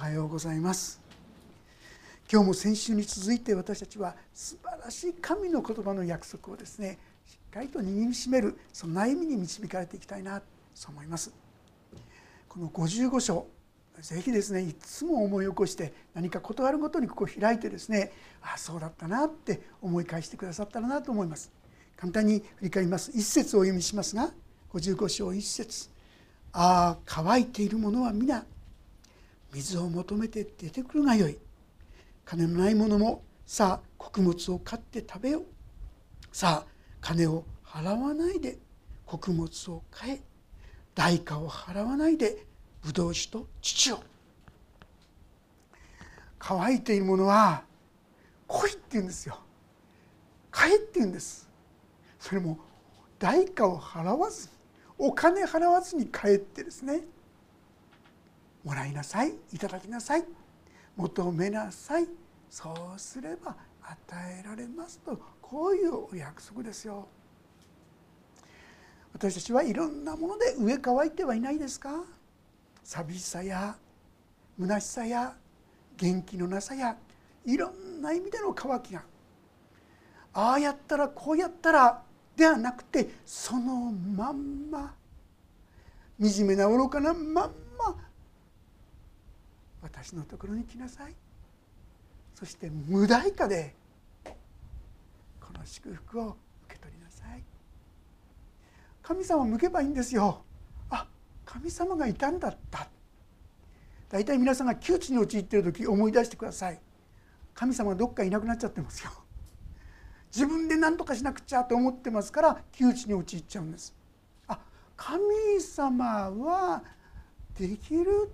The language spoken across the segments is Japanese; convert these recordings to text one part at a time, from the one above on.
はようございます。今日も先週に続いて私たちは素晴らしい神の言葉の約束をですね、しっかりと握りしめる、その歩みに導かれていきたいなと思います。この55章、ぜひですね、いつも思い起こして何か事あるごとにここを開いてですね、ああそうだったなって思い返してくださったらなと思います。簡単に振り返ります。一節をお読みしますが、55章一節、ああ乾いている者は皆水を求めて出てくるがよい。金のない者もさあ穀物を買って食べよう。さあ金を払わないで穀物を買え。代価を払わないでブドウ酒と乳を。乾いている者は来いって言うんですよ。買えって言うんです。それも代価を払わずに、お金払わずに買えってですね、もらいなさい、いただきなさい、求めなさい、そうすれば与えられますと、こういうお約束ですよ。私たちはいろんなもので飢え乾いてはいないですか？寂しさや虚しさや元気のなさや、いろんな意味での渇きが、ああやったらこうやったらではなくて、そのまんま惨めな愚かなまんま私のところに来なさい。そして無代価でこの祝福を受け取りなさい。神様を向けばいいんですよ。あ、神様がいたんだった。大体皆さんが窮地に陥っている時思い出してください。神様がどっかいなくなっちゃってますよ。自分で何とかしなくちゃと思ってますから窮地に陥っちゃうんです。あ、神様はできる。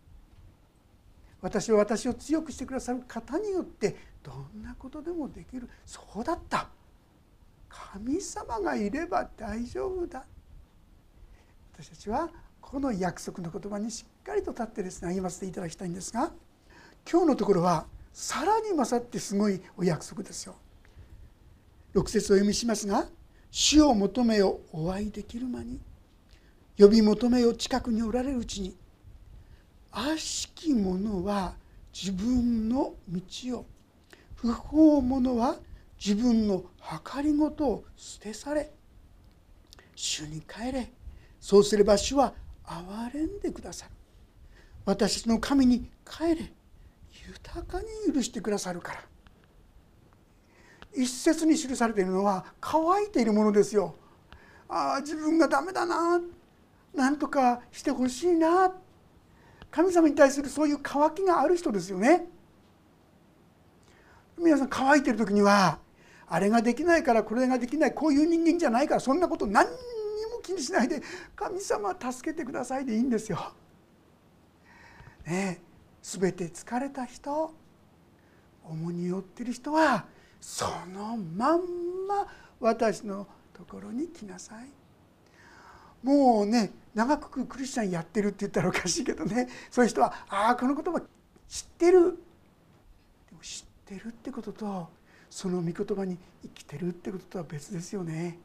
私は私を強くしてくださる方によってどんなことでもできる。そうだった。神様がいれば大丈夫だ。私たちはこの約束の言葉にしっかりと立ってですね、励ませていただきたいんですが、今日のところはさらに勝ってすごいお約束ですよ。6節を読みしますが、主を求めよお会いできる間に、呼び求めよ近くにおられるうちに、悪しき者は自分の道を、不法者は自分の計りごとを捨て去れ。主に帰れ。そうすれば主は憐れんでくださる。私の神に帰れ。豊かに許してくださるから。一節に記されているのは乾いているものですよ。ああ自分がダメだな、なんとかしてほしいな、神様に対するそういう渇きがある人ですよね。皆さん乾いている時には、あれができないからこれができない、こういう人間じゃないから、そんなこと何にも気にしないで、神様助けてくださいでいいんですよ。ねえ、全て疲れた人、重荷を負っている人はそのまんま私のところに来なさい。もうね、長くクリスチャンやってるって言ったらおかしいけどね、そういう人はああこの言葉知ってる。でも知ってるってこととその御言葉に生きてるってこととは別ですよね。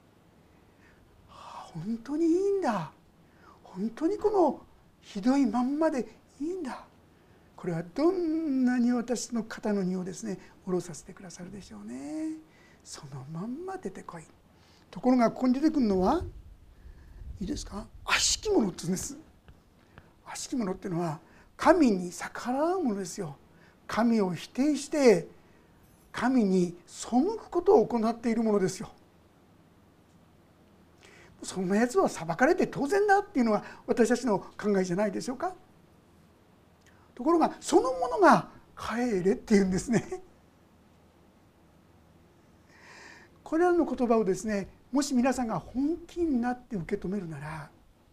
本当にいいんだ。本当にこのひどいまんまでいいんだ。これはどんなに私の肩の荷をですね下ろさせてくださるでしょうね。そのまんま出てこい。ところがここに出てくるのはいいですか、悪しき者って言うんです。悪しき者っていうのは神に逆らうものですよ。神を否定して神に背くことを行っているものですよ。そんなやつは裁かれて当然だっていうのが私たちの考えじゃないでしょうか。ところがそのものが帰れっていうんですね。これらの言葉をですね、もし皆さんが本気になって受け止めるなら、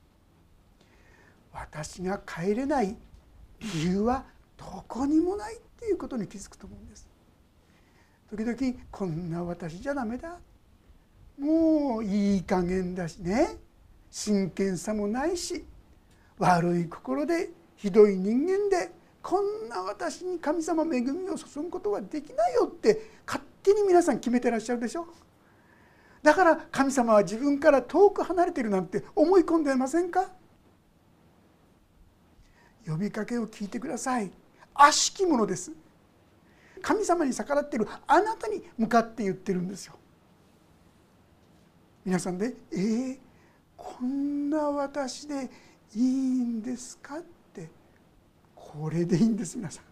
私が帰れない理由はどこにもないっていうことに気づくと思うんです。時々こんな私じゃダメだ、もういい加減だしね、真剣さもないし、悪い心でひどい人間で、こんな私に神様恵みを注ぐことはできないよって勝手に皆さん決めてらっしゃるでしょ。だから神様は自分から遠く離れているなんて思い込んでいませんか？ 呼びかけを聞いてください。悪しきものです。神様に逆らっているあなたに向かって言ってるんですよ。皆さんでこんな私でいいんですかって、これでいいんです。皆さん、い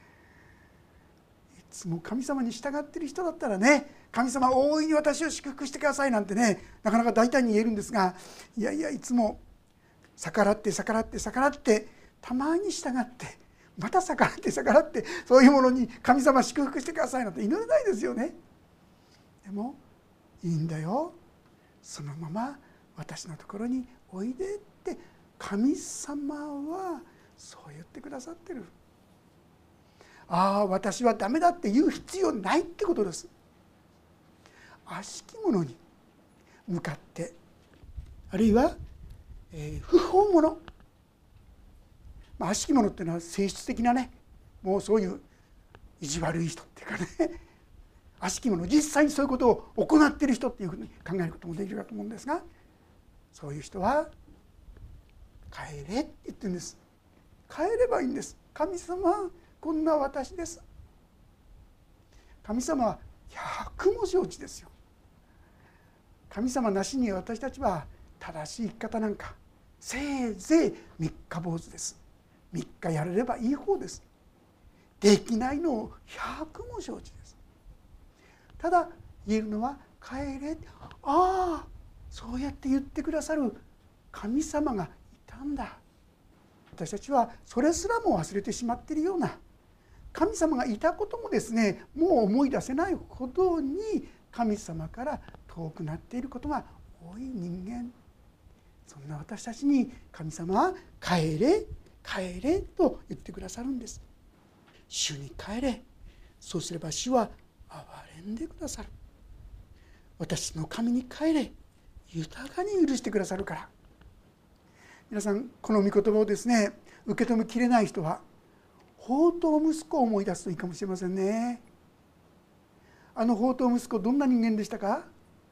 つも神様に従っている人だったらね、神様大いに私を祝福してくださいなんてね、なかなか大胆に言えるんですが、いやいや、いつも逆らって逆らって逆らって、たまに従ってまた逆らって逆らって、そういうものに神様祝福してくださいなんて祈れないですよね。でもいいんだよ、そのまま私のところにおいでって神様はそう言ってくださってる。ああ、私はダメだって言う必要ないってことです。悪しき者に向かって、あるいは、不法者、悪しき者っていうのは性質的なね、もうそういう意地悪い人っていうかね、悪しき者、実際にそういうことを行っている人っていうふうに考えることもできるかと思うんですが、そういう人は帰れって言ってるんです。帰ればいいんです。神様、こんな私です。神様は百も承知ですよ。神様なしに私たちは正しい生き方なんかせいぜい三日坊主です。3日やれればいい方です。できないのを百も承知です。ただ言えるのは帰れ、ああ、そうやって言ってくださる神様がいたんだ。私たちはそれすらも忘れてしまっているような、神様がいたこともですね、もう思い出せないほどに神様から遠くなっていることが多い人間、そんな私たちに神様は帰れ帰れと言ってくださるんです。主に帰れ、そうすれば主は憐れんでくださる。私の神に帰れ、豊かに許してくださるから。皆さん、この御言葉をですね、受け止めきれない人は放蕩息子を思い出すといいかもしれませんね。あの放蕩息子、どんな人間でしたか。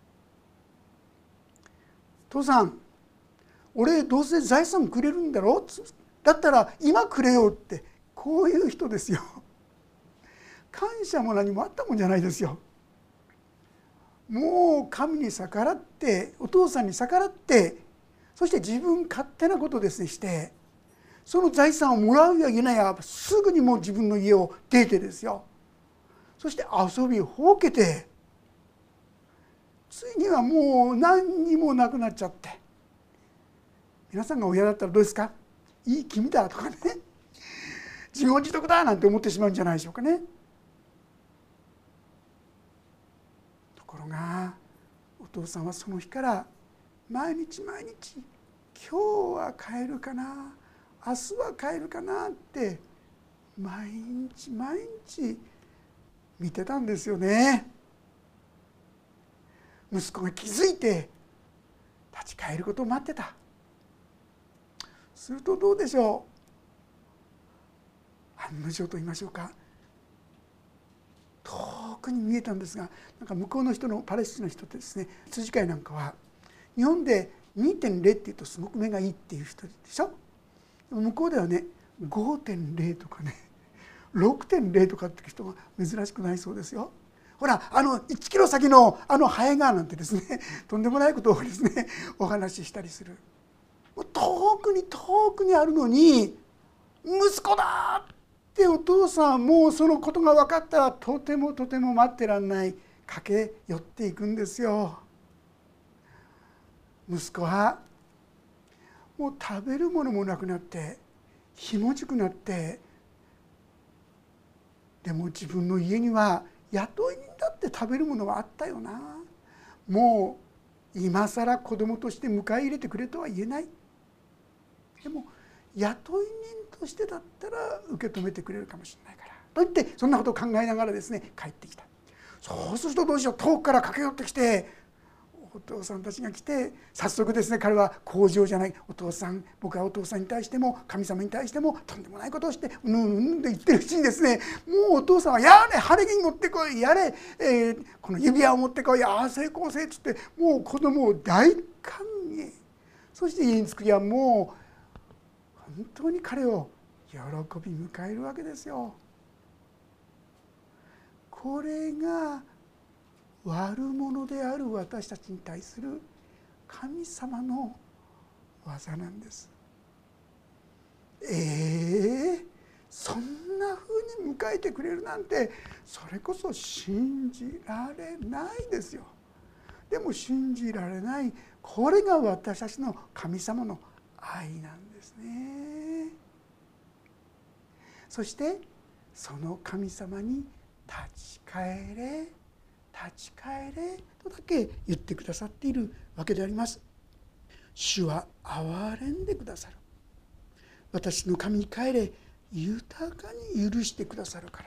父さん、俺どうせ財産くれるんだろ、だったら今くれよって、こういう人ですよ。感謝も何もあったもんじゃないですよ。もう神に逆らって、お父さんに逆らって、そして自分勝手なことですねして、その財産をもらうやいないや、すぐにもう自分の家を出てですよ、そして遊びほうけて、ついにはもう何にもなくなっちゃって、皆さんが親だったらどうですか。いい君だとかね、自業自得だなんて思ってしまうんじゃないでしょうかね。ところがお父さんはその日から毎日毎日、今日は帰るかな、明日は帰るかなって毎日毎日見てたんですよね。息子が気づいて立ち返ることを待ってた。するとどうでしょう、案の定と言いましょうか、遠くに見えたんですが、なんか向こうの人のパレスチナの人ってですね、羊飼いなんかは日本で 2.0 っていうとすごく目がいいっていう人でしょ。向こうではね 5.0 とかね 6.0 とかって人が珍しくないそうですよ。ほら1キロ先のハエがなんてですね、とんでもないことをですねお話ししたりする。遠くに遠くにあるのに、息子だってお父さんもうそのことが分かったらとてもとても待ってらんない、駆け寄っていくんですよ。息子はもう食べるものもなくなってひもじくなって、でも自分の家には雇い人だって食べるものはあったよな、もう今更子供として迎え入れてくれとは言えない、でも雇い人としてだったら受け止めてくれるかもしれないからと言って、そんなことを考えながらですね帰ってきた。そうするとどうしよう、遠くから駆け寄ってきて、お父さんたちが来て、早速ですね、彼は口上じゃない、お父さん、僕はお父さんに対しても神様に対してもとんでもないことをしてうんうんって言ってるうちにですね、もうお父さんはやれ晴れ着持ってこい、やれ、この指輪を持ってこい、ああ成功せっつって、もう子供を大歓迎、そして家に着くやもう本当に彼を喜び迎えるわけですよ。これが悪者である私たちに対する神様の技なんです。そんな風に迎えてくれるなんて、それこそ信じられないですよ。でも信じられない、これが私たちの神様の愛なんですね。そしてその神様に立ち返れ立ち返れとだけ言ってくださっているわけであります。主は憐れんでくださる。私の神に帰れ、豊かに許してくださるから、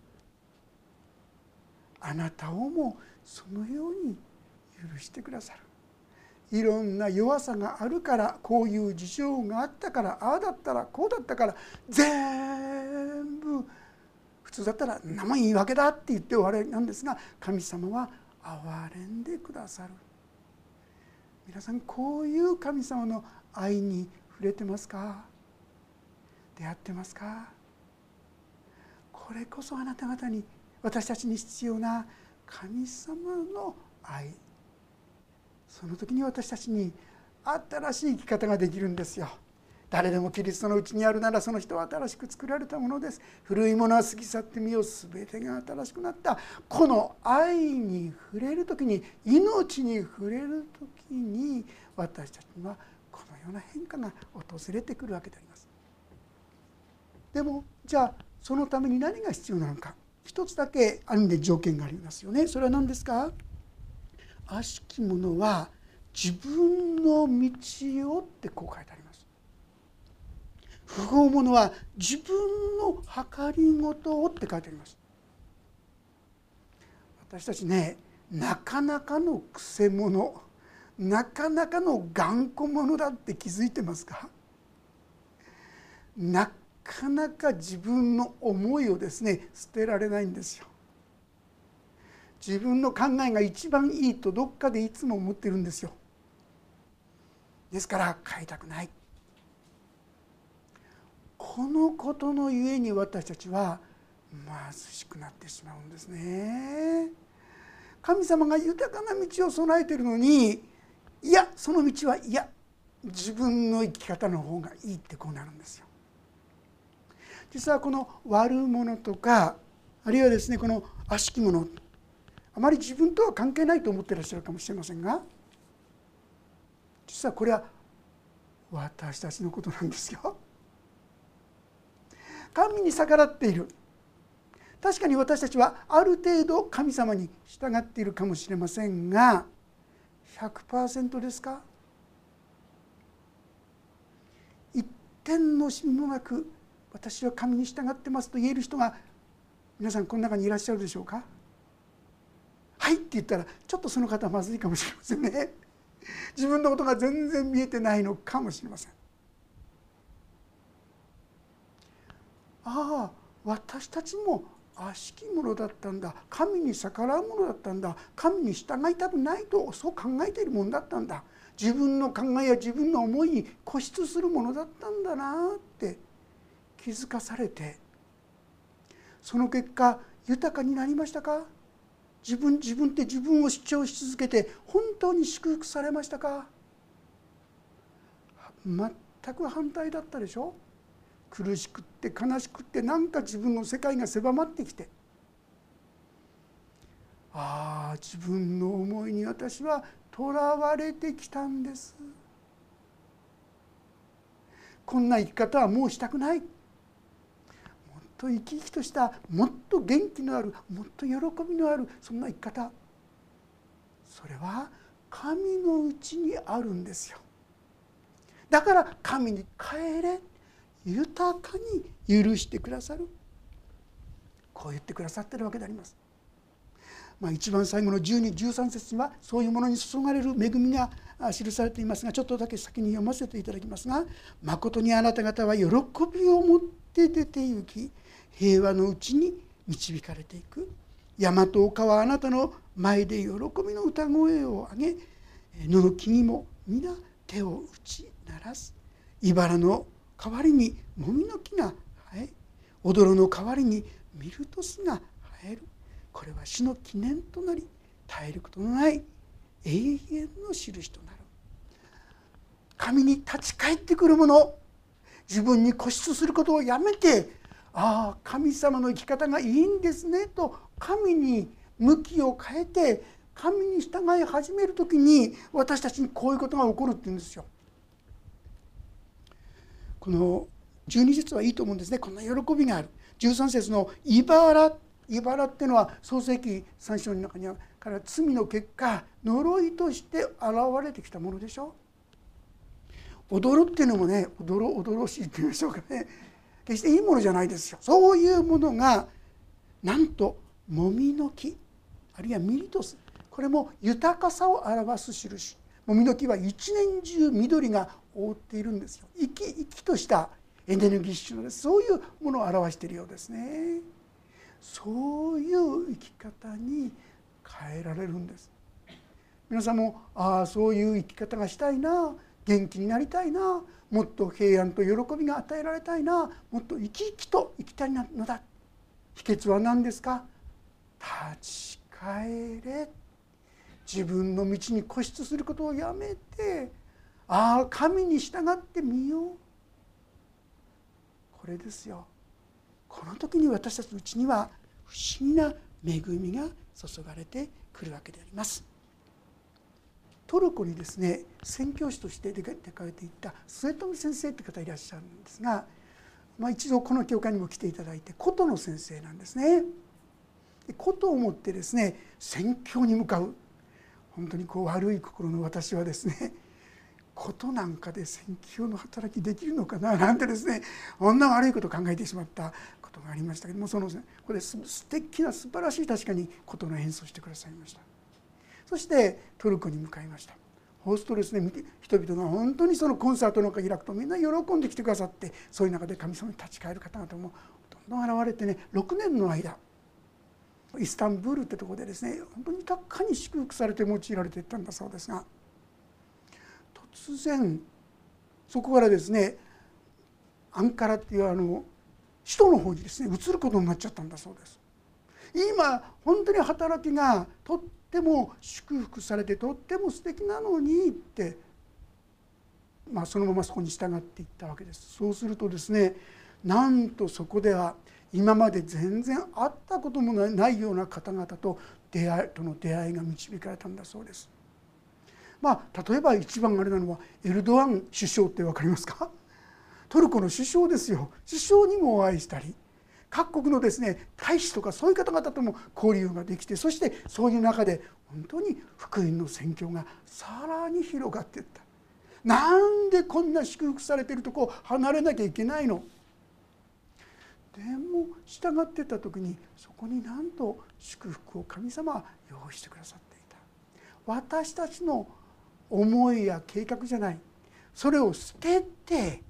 あなたをもそのように許してくださる。いろんな弱さがあるから、こういう事情があったから、ああだったらこうだったから、全部普通だったら何もいいわけだって言って終わりなんですが、神様は憐れんでくださる。皆さん、こういう神様の愛に触れてますか？出会ってますか？これこそあなた方に、私たちに必要な神様の愛。その時に私たちに新しい生き方ができるんですよ。誰でもキリストのうちにあるなら、その人は新しく作られたものです。古いものは過ぎ去ってみよう、すべてが新しくなった。この愛に触れる時に、命に触れる時に、私たちにはこのような変化が訪れてくるわけであります。でもじゃあそのために何が必要なのか、一つだけある意味で条件がありますよね。それは何ですか？悪しき者は自分の道をってこう書いてあります。不法者は自分の計りごとをって書いてあります。私たちね、なかなかのくせ者、なかなかの頑固者だって気づいてますか？なかなか自分の思いをですね、捨てられないんですよ。自分の考えが一番いいとどっかでいつも思ってるんですよ。ですから変えたくない。このことのゆえに私たちは貧しくなってしまうんですね。神様が豊かな道を備えているのに、いやその道はいや、自分の生き方の方がいいってこうなるんですよ。実はこの悪者とか、あるいはですね、この悪しき者、あまり自分とは関係ないと思っていらっしゃるかもしれませんが、実はこれは私たちのことなんですよ。神に逆らっている。確かに私たちはある程度神様に従っているかもしれませんが、 100% ですか？一点のシミもなく私は神に従ってますと言える人が皆さんこの中にいらっしゃるでしょうか？はいって言ったらちょっとその方はまずいかもしれませんね。自分のことが全然見えてないのかもしれません。ああ、私たちも悪しき者だったんだ、神に逆らう者だったんだ、神に従いたくないとそう考えているものだったんだ、自分の考えや自分の思いに固執するものだったんだなって気づかされて、その結果豊かになりましたか？自分って自分を主張し続けて本当に祝福されましたか？全く反対だったでしょ。苦しくって悲しくって、なんか自分の世界が狭まってきて、ああ自分の思いに私はとらわれてきたんです、こんな生き方はもうしたくない、もっと生き生きとした、もっと元気のある、もっと喜びのある、そんな生き方、それは神のうちにあるんですよ。だから神に帰れ、豊かに許してくださる、こう言ってくださっているわけであります。一番最後の12、13節にはそういうものに注がれる恵みが記されていますが、ちょっとだけ先に読ませていただきますが、誠にあなた方は喜びを持って出て行き、平和のうちに導かれていく。山と丘はあなたの前で喜びの歌声を上げ、野の木々も皆手を打ち鳴らす。茨の代わりにもみの木が生え、踊の代わりにミルトスが生える。これは死の記念となり、絶えることのない永遠の印となる。神に立ち返ってくる者、自分に固執することをやめて、ああ神様の生き方がいいんですねと神に向きを変えて神に従い始めるときに、私たちにこういうことが起こるっていうんですよ。この12節はいいと思うんですね。こんな喜びがある。13節の茨っていうのは創世記3章の中にはから罪の結果呪いとして現れてきたものでしょう。踊るっていうのもね、踊ろしいっていうんでしょうかね、決していいものじゃないですよ。そういうものがなんともみの木あるいはミリトス、これも豊かさを表す印。もみの木は一年中緑が覆っているんですよ。生き生きとしたエネルギッシュのです。そういうものを表しているようですね。そういう生き方に変えられるんです。皆さんもそういう生き方がしたいな、元気になりたいな、もっと平安と喜びが与えられたいな、もっと生き生きと生きたいのだ。秘訣は何ですか？立ち返れ。自分の道に固執することをやめて、神に従ってみよう。これですよ。この時に私たちのうちには不思議な恵みが注がれてくるわけであります。トルコにですね、宣教師として出かけていった末富先生という方いらっしゃるんですが、一度この教会にも来ていただいて、琴の先生なんですね。琴を持ってですね、宣教に向かう。本当に悪い心の私はですね、琴なんかで宣教の働きできるのかななんてですね、こんな悪いことを考えてしまったことがありましたけども、これ素敵な素晴らしい確かに琴の演奏してくださいました。そしてトルコに向かいました。そうするとですね、人々が本当にそのコンサートなんか開くとみんな喜んできてくださって、そういう中で神様に立ち返る方々もどんどん現れてね、6年の間イスタンブールってところでですね、本当に豊かに祝福されて用いられていったんだそうですが、突然そこからですね、アンカラっていう首都の方にですね移ることになっちゃったんだそうです。今本当に働きがとっても祝福されてとっても素敵なのにって、そのままそこに従っていったわけです。そうするとですね、なんとそこでは今まで全然会ったこともないような方々との出会いが導かれたんだそうです。例えば一番あれなのはエルドアン首相って分かりますか？トルコの首相ですよ。首相にもお会いしたり、各国のですね大使とかそういう方々とも交流ができて、そしてそういう中で本当に福音の宣教がさらに広がっていった。なんでこんな祝福されているとこを離れなきゃいけないの？でも従っていった時にそこになんと祝福を神様は用意してくださっていた。私たちの思いや計画じゃない、それを捨てて、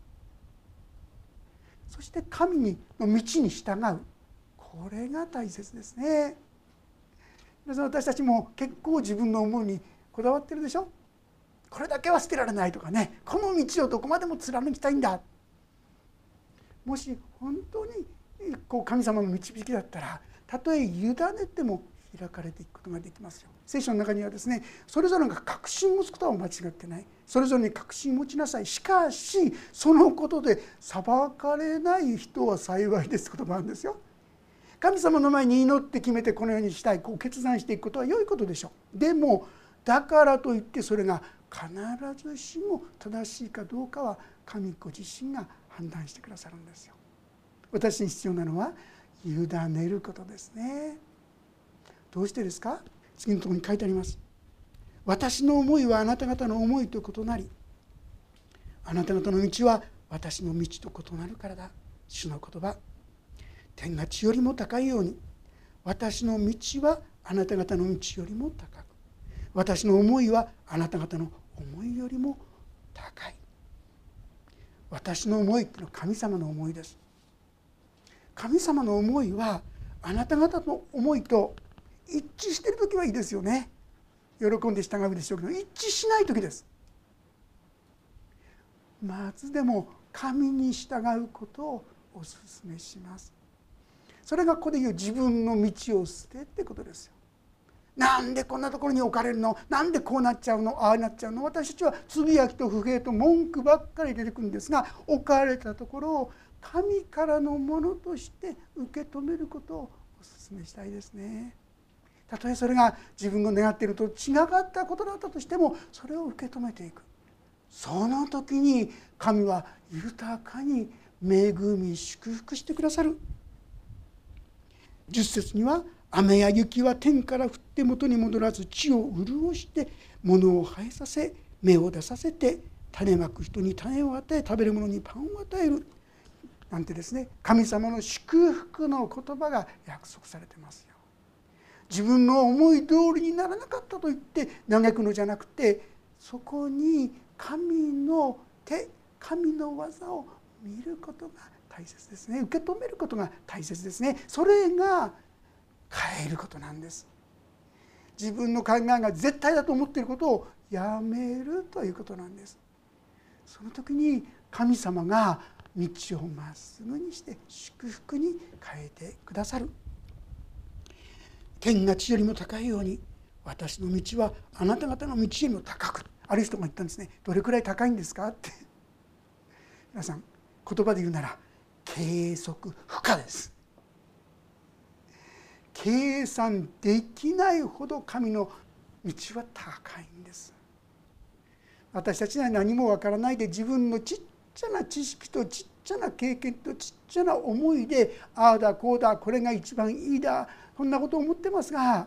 そして神の道に従う、これが大切ですね。皆さん、私たちも結構自分の思いにこだわってるでしょ。これだけは捨てられないとかね、この道をどこまでも貫きたいんだ。もし本当に神様の導きだったら、たとえ委ねても開かれていくことができますよ。聖書の中にはですね、それぞれが確信を持つことは間違ってない。それぞれに確信を持ちなさい。しかしそのことで裁かれない人は幸いですということもあるんですよ。神様の前に祈って決めてこのようにしたい、決断していくことは良いことでしょう。でもだからといってそれが必ずしも正しいかどうかは神ご自身が判断してくださるんですよ。私に必要なのは委ねることですね。どうしてですか？次のところに書いてあります。私の思いはあなた方の思いと異なり、あなた方の道は私の道と異なるからだ。主の言葉。天が地よりも高いように、私の道はあなた方の道よりも高く、私の思いはあなた方の思いよりも高い。私の思いというのは神様の思いです。神様の思いはあなた方の思いと一致している時はいいですよね。喜んで従うでしょうけど、一致しない時です。まずでも神に従うことをお勧めします。それがここで言う自分の道を捨てってことですよ。なんでこんなところに置かれるの、なんでこうなっちゃうの、ああなっちゃうの。私たちはつぶやきと不平と文句ばっかり出てくるんですが、置かれたところを神からのものとして受け止めることをお勧めしたいですね。たとえそれが自分が願っていると違ったことだったとしても、それを受け止めていく。その時に神は豊かに恵み祝福してくださる。10節には、雨や雪は天から降って元に戻らず、地を潤して物を生えさせ、芽を出させて、種まく人に種を与え、食べる者にパンを与えるなんてですね、神様の祝福の言葉が約束されてますよ。自分の思い通りにならなかったと言って嘆くのじゃなくて、そこに神の手、神の技を見ることが大切ですね。受け止めることが大切ですね。それが変えることなんです。自分の考えが絶対だと思っていることをやめるということなんです。その時に神様が道をまっすぐにして祝福に変えてくださる。天が地よりも高いように、私の道はあなた方の道よりも高く。ある人が言ったんですね。どれくらい高いんですかって。皆さん、言葉で言うなら計測不可です。計算できないほど神の道は高いんです。私たちには何もわからないで、自分のちっちゃな知識とちっちゃな経験とちっちゃな思いで、ああだこうだ、これが一番いいだ、そんなことを思ってますが、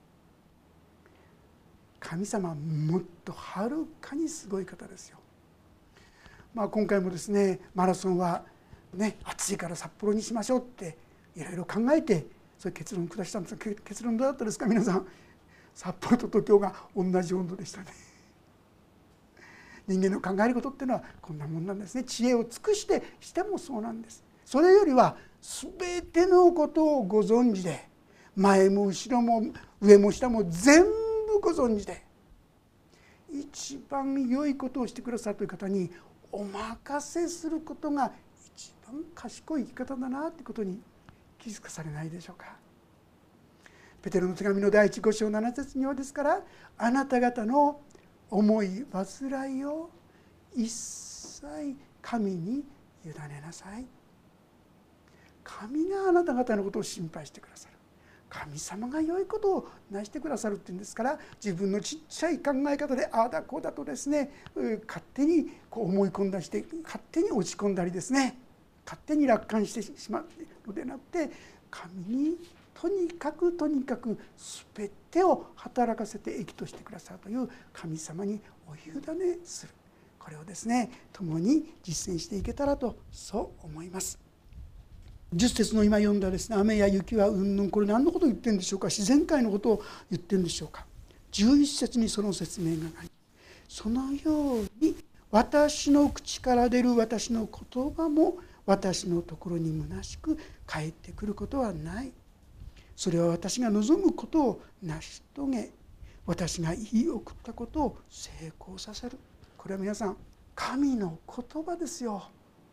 神様はもっとはるかにすごい方ですよ。今回もですね、マラソンはね、暑いから札幌にしましょうっていろいろ考えて、そういう結論を下したんですが、結論どうだったですか皆さん。札幌と東京が同じ温度でしたね。人間の考えることっていうのはこんなもんなんですね。知恵を尽くしてもそうなんです。それよりは全てのことをご存知で、前も後ろも上も下も全部ご存知で、一番良いことをしてくださるという方にお任せすることが一番賢い生き方だなということに気づかされないでしょうか。ペテロの手紙の第1 5章7節にはですから、あなた方の思い煩いを一切神に委ねなさい。神があなた方のことを心配してくださる。神様が良いことをなしてくださるっていうんですから、自分のちっちゃい考え方でああだこうだとですね、勝手に思い込んだりして、勝手に落ち込んだりですね、勝手に楽観してしまうのでなくて、神にとにかく全てを働かせて益としてくださるという神様にお委ねする、これをですね共に実践していけたらとそう思います。10節の今読んだですね、雨や雪はうんぬん、これ何のことを言ってるんでしょうか。自然界のことを言ってるんでしょうか。11節にその説明があり、そのように私の口から出る私の言葉も私のところに虚しく返ってくることはない。それは私が望むことを成し遂げ、私が言い送ったことを成功させる。これは皆さん、神の言葉ですよ。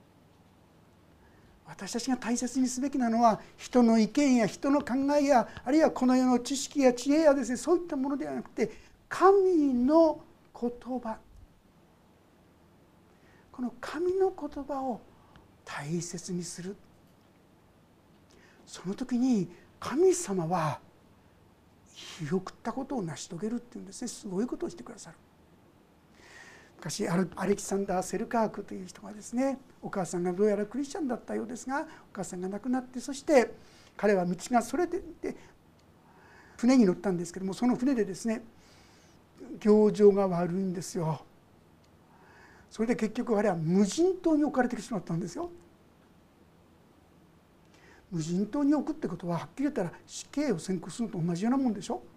私たちが大切にすべきなのは、人の意見や人の考えや、あるいはこの世の知識や知恵やですね、そういったものではなくて、神の言葉、この神の言葉を大切にする。その時に神様は言い送ったことを成し遂げるっていうんですね。すごいことをしてくださる。昔アレキサンダー・セルカークという人がですね、お母さんがどうやらクリスチャンだったようですが、お母さんが亡くなって、そして彼は道がそれて船に乗ったんですけども、その船でですね行情が悪いんですよ。それで結局あれは無人島に置かれてしまったんですよ。無人島に置くってことは、はっきり言ったら死刑を宣告するのと同じようなもんでしょ。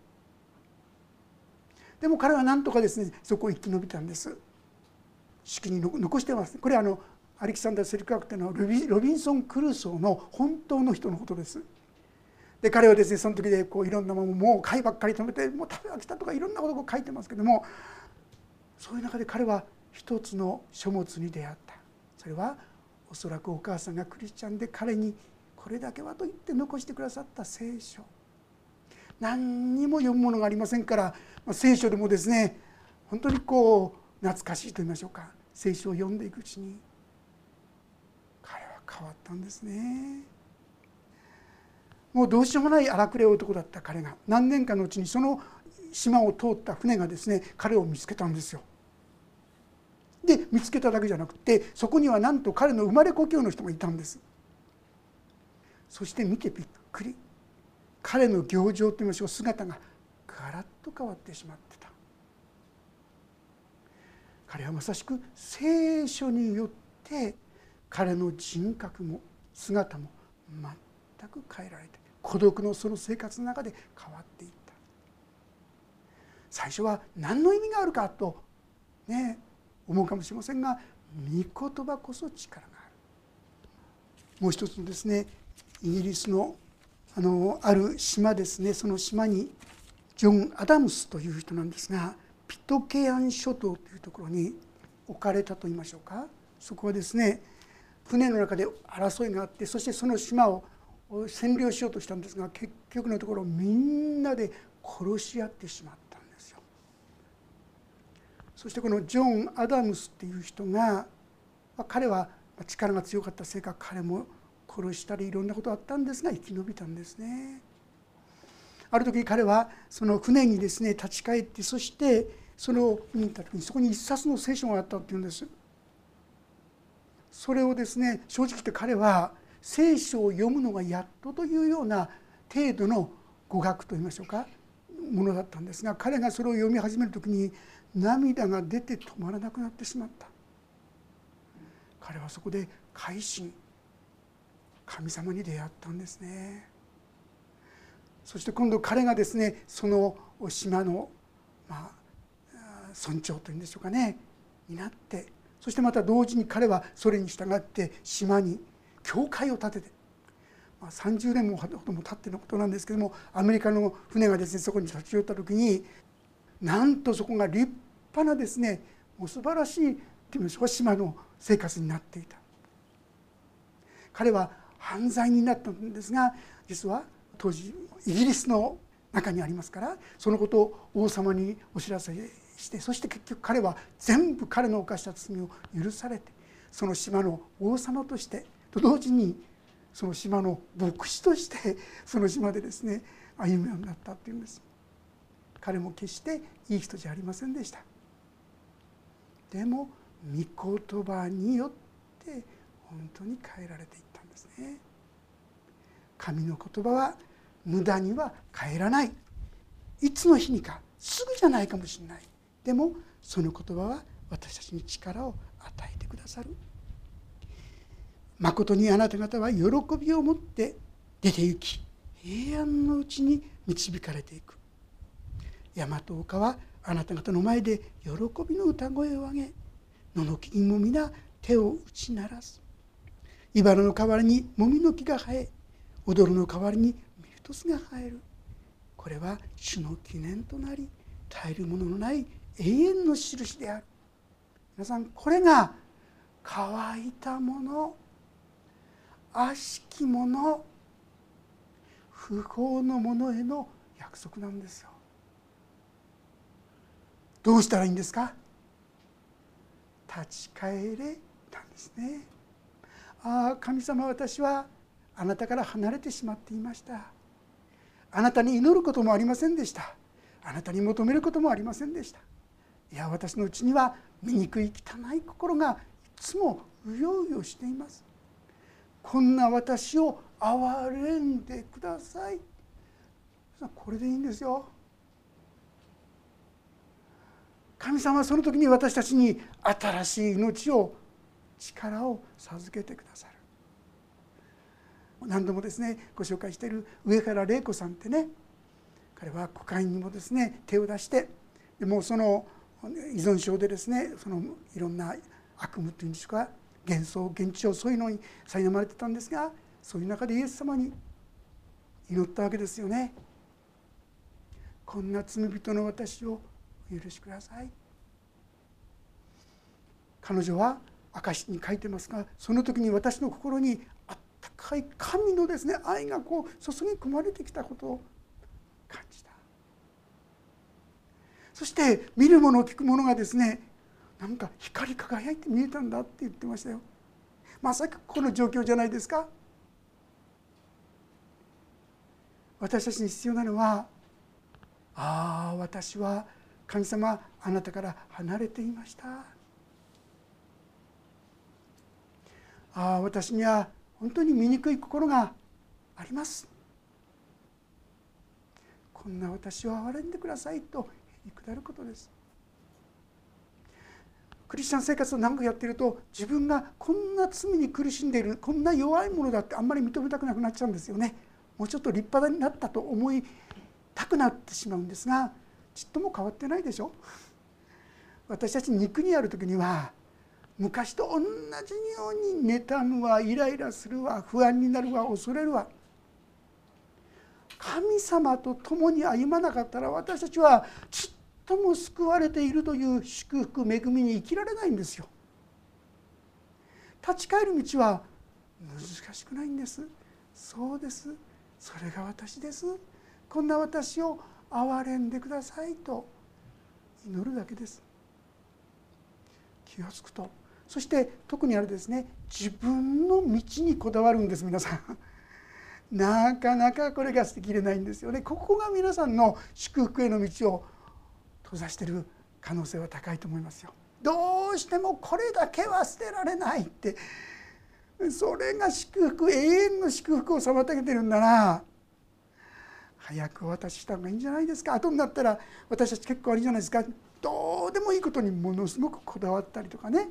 でも彼は何とかですねそこを生き延びたんです。式に残してます。これはアレキサンダー・セルカークというのはロビンソン・クルーソーの本当の人のことです。で彼はですねその時でいろんなものもう貝ばっかり止めて、もう食べ飽きたとかいろんなことを書いてますけども、そういう中で彼は一つの書物に出会った。それはおそらくお母さんがクリスチャンで彼にこれだけはと言って残してくださった聖書、何にも読むものがありませんから、聖書でもですね本当に懐かしいと言いましょうか、聖書を読んでいくうちに彼は変わったんですね。もうどうしようもない荒くれ男だった彼が何年かのうちにその島を通った船がですね彼を見つけたんですよ。で見つけただけじゃなくて、そこにはなんと彼の生まれ故郷の人がいたんです。そして見てびっくり、彼の行状といいましょう、姿がガラッと変わってしまってた。彼はまさしく聖書によって彼の人格も姿も全く変えられて、孤独のその生活の中で変わっていった。最初は何の意味があるかとね思うかもしれませんが、御言葉こそ力がある。もう一つのですね、イギリスのある島ですね、その島にジョン・アダムスという人なんですが、ピトケアン諸島というところに置かれたといいましょうか。そこはですね船の中で争いがあって、そしてその島を占領しようとしたんですが、結局のところみんなで殺し合ってしまったんですよ。そしてこのジョン・アダムスっていう人が、彼は力が強かったせいか彼も殺したりいろんなことあったんですが生き延びたんですね。ある時彼はその船にですね立ち返って、そしてその見に行った時にそこに一冊の聖書があったっていうんです。それをですね正直言って彼は聖書を読むのがやっとというような程度の語学といいましょうかものだったんですが、彼がそれを読み始める時に涙が出て止まらなくなってしまった。彼はそこで改心、神様に出会ったんですね。そして今度彼がですねその島の村長というんでしょうかねになって、そしてまた同時に彼はそれに従って島に教会を建てて、30年もほども経ってのことなんですけども、アメリカの船がですねそこに立ち寄った時に、なんとそこが立派なですねもう素晴らしいといいましょうか島の生活になっていた。彼は犯罪になったんですが、実は当時イギリスの中にありますから、そのことを王様にお知らせして、そして結局彼は全部彼の犯した罪を許されて、その島の王様としてと同時にその島の牧師としてその島でですね歩むようになったというんです。彼も決していい人じゃありませんでした。でも御言葉によって本当に変えられていったんですね。神の言葉は無駄には帰らない。いつの日にか、すぐじゃないかもしれない。でもその言葉は私たちに力を与えてくださる。誠にあなた方は喜びを持って出て行き、平安のうちに導かれていく。大和丘はあなた方の前で喜びの歌声を上げ、野の木も皆手を打ち鳴らす。茨の代わりにもみの木が生え、踊るの代わりにミルトスが生える。これは主の記念となり、絶えるもののない永遠の印である。皆さん、これが乾いたもの、悪しきもの、不法のものへの約束なんですよ。どうしたらいいんですか？立ち返れたんですね。ああ、神様、私はあなたから離れてしまっていました。あなたに祈ることもありませんでした。あなたに求めることもありませんでした。いや、私のうちには醜い汚い心がいつもうようよしています。こんな私を憐れんでください。これでいいんですよ。神様はその時に私たちに新しい命を、力を授けてくださる。何度もですねご紹介している上原玲子さんってね、彼はコカインにもですね手を出して、でもその依存症でですね、そのいろんな悪夢というんでしょうか、幻想幻聴、そういうのに苛まれてたんですが、そういう中でイエス様に祈ったわけですよね。こんな罪人の私をお許しください。彼女は証に書いてますが、その時に私の心にあったかい神のですね、愛がこう注ぎ込まれてきたことを感じた。そして見るもの聞くものがですね、なんか光り輝いて見えたんだって言ってましたよ。まさかこの状況じゃないですか。私たちに必要なのは、私は神様あなたから離れていました。私には本当に醜い心があります。こんな私を憐れんでくださいと下ることです。クリスチャン生活を長くやっていると、自分がこんな罪に苦しんでいる、こんな弱いものだってあんまり認めたくなくなっちゃうんですよね。もうちょっと立派になったと思いたくなってしまうんですが、ちっとも変わってないでしょ。私たち肉にある時には昔と同じように妬むわ、イライラするわ、不安になるわ、恐れるわ。神様と共に歩まなかったら、私たちはちっとも救われているという祝福、恵みに生きられないんですよ。立ち返る道は難しくないんです。そうです、それが私です、こんな私を憐れんでくださいと祈るだけです。気がつくと、そして特にあれですね、自分の道にこだわるんです。皆さんなかなかこれが捨てきれないんですよね。ここが皆さんの祝福への道を閉ざしている可能性は高いと思いますよ。どうしてもこれだけは捨てられないって、それが祝福、永遠の祝福を妨げてるんだな、早くお渡しした方がいいんじゃないですか。後になったら私たち結構あれじゃないですか、どうでもいいことにものすごくこだわったりとかね。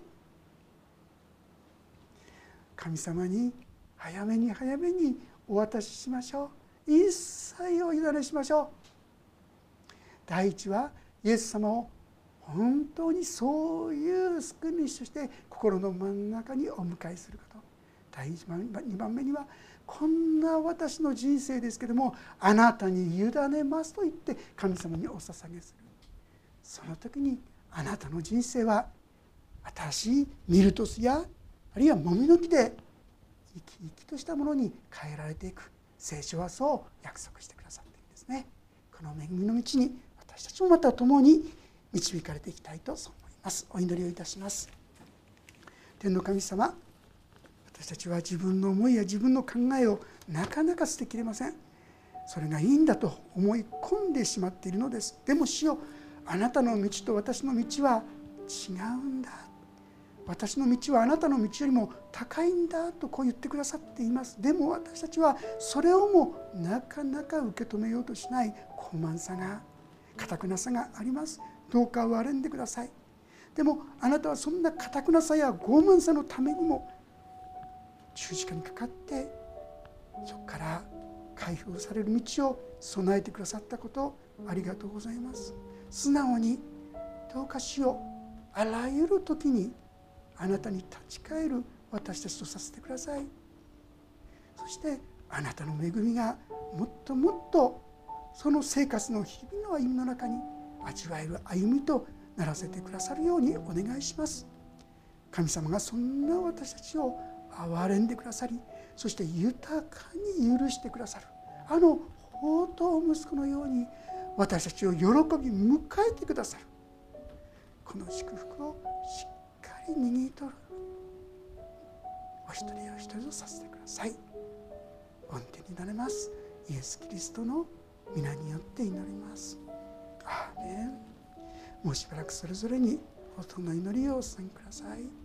神様に早めに早めにお渡ししましょう。一切お委ねしましょう。第一はイエス様を本当にそういう救い主として心の真ん中にお迎えすること。第2番目には、こんな私の人生ですけどもあなたに委ねますと言って神様にお捧げする。その時にあなたの人生は新しいミルトスやあるいはもみの木で生き生きとしたものに変えられていく。聖書はそう約束してくださっているんですね。この恵みの道に私たちもまた共に導かれていきたいとそう思います。お祈りをいたします。天の神様、私たちは自分の思いや自分の考えをなかなか捨てきれません。それがいいんだと思い込んでしまっているのです。でも主よ、あなたの道と私の道は違うんだ、私の道はあなたの道よりも高いんだとこう言ってくださっています。でも私たちはそれをもなかなか受け止めようとしない傲慢さが、堅くなさがあります。どうか憐れんでください。でもあなたはそんな堅くなさや傲慢さのためにも十字架にかかってそこから解放される道を備えてくださったことありがとうございます。素直にどうか主よ、あらゆる時にあなたに立ち返る私たちとさせてください。そしてあなたの恵みがもっともっとその生活の日々の歩みの中に味わえる歩みとならせてくださるようにお願いします。神様がそんな私たちを憐れんでくださり、そして豊かに許してくださる、あの宝刀息子のように私たちを喜び迎えてくださる、この祝福をしっかり握り取るお一人お一人とさせてください。御手になれますイエス・キリストの皆によって祈ります。アーメン。もうしばらくそれぞれにお供の祈りをお捧げください。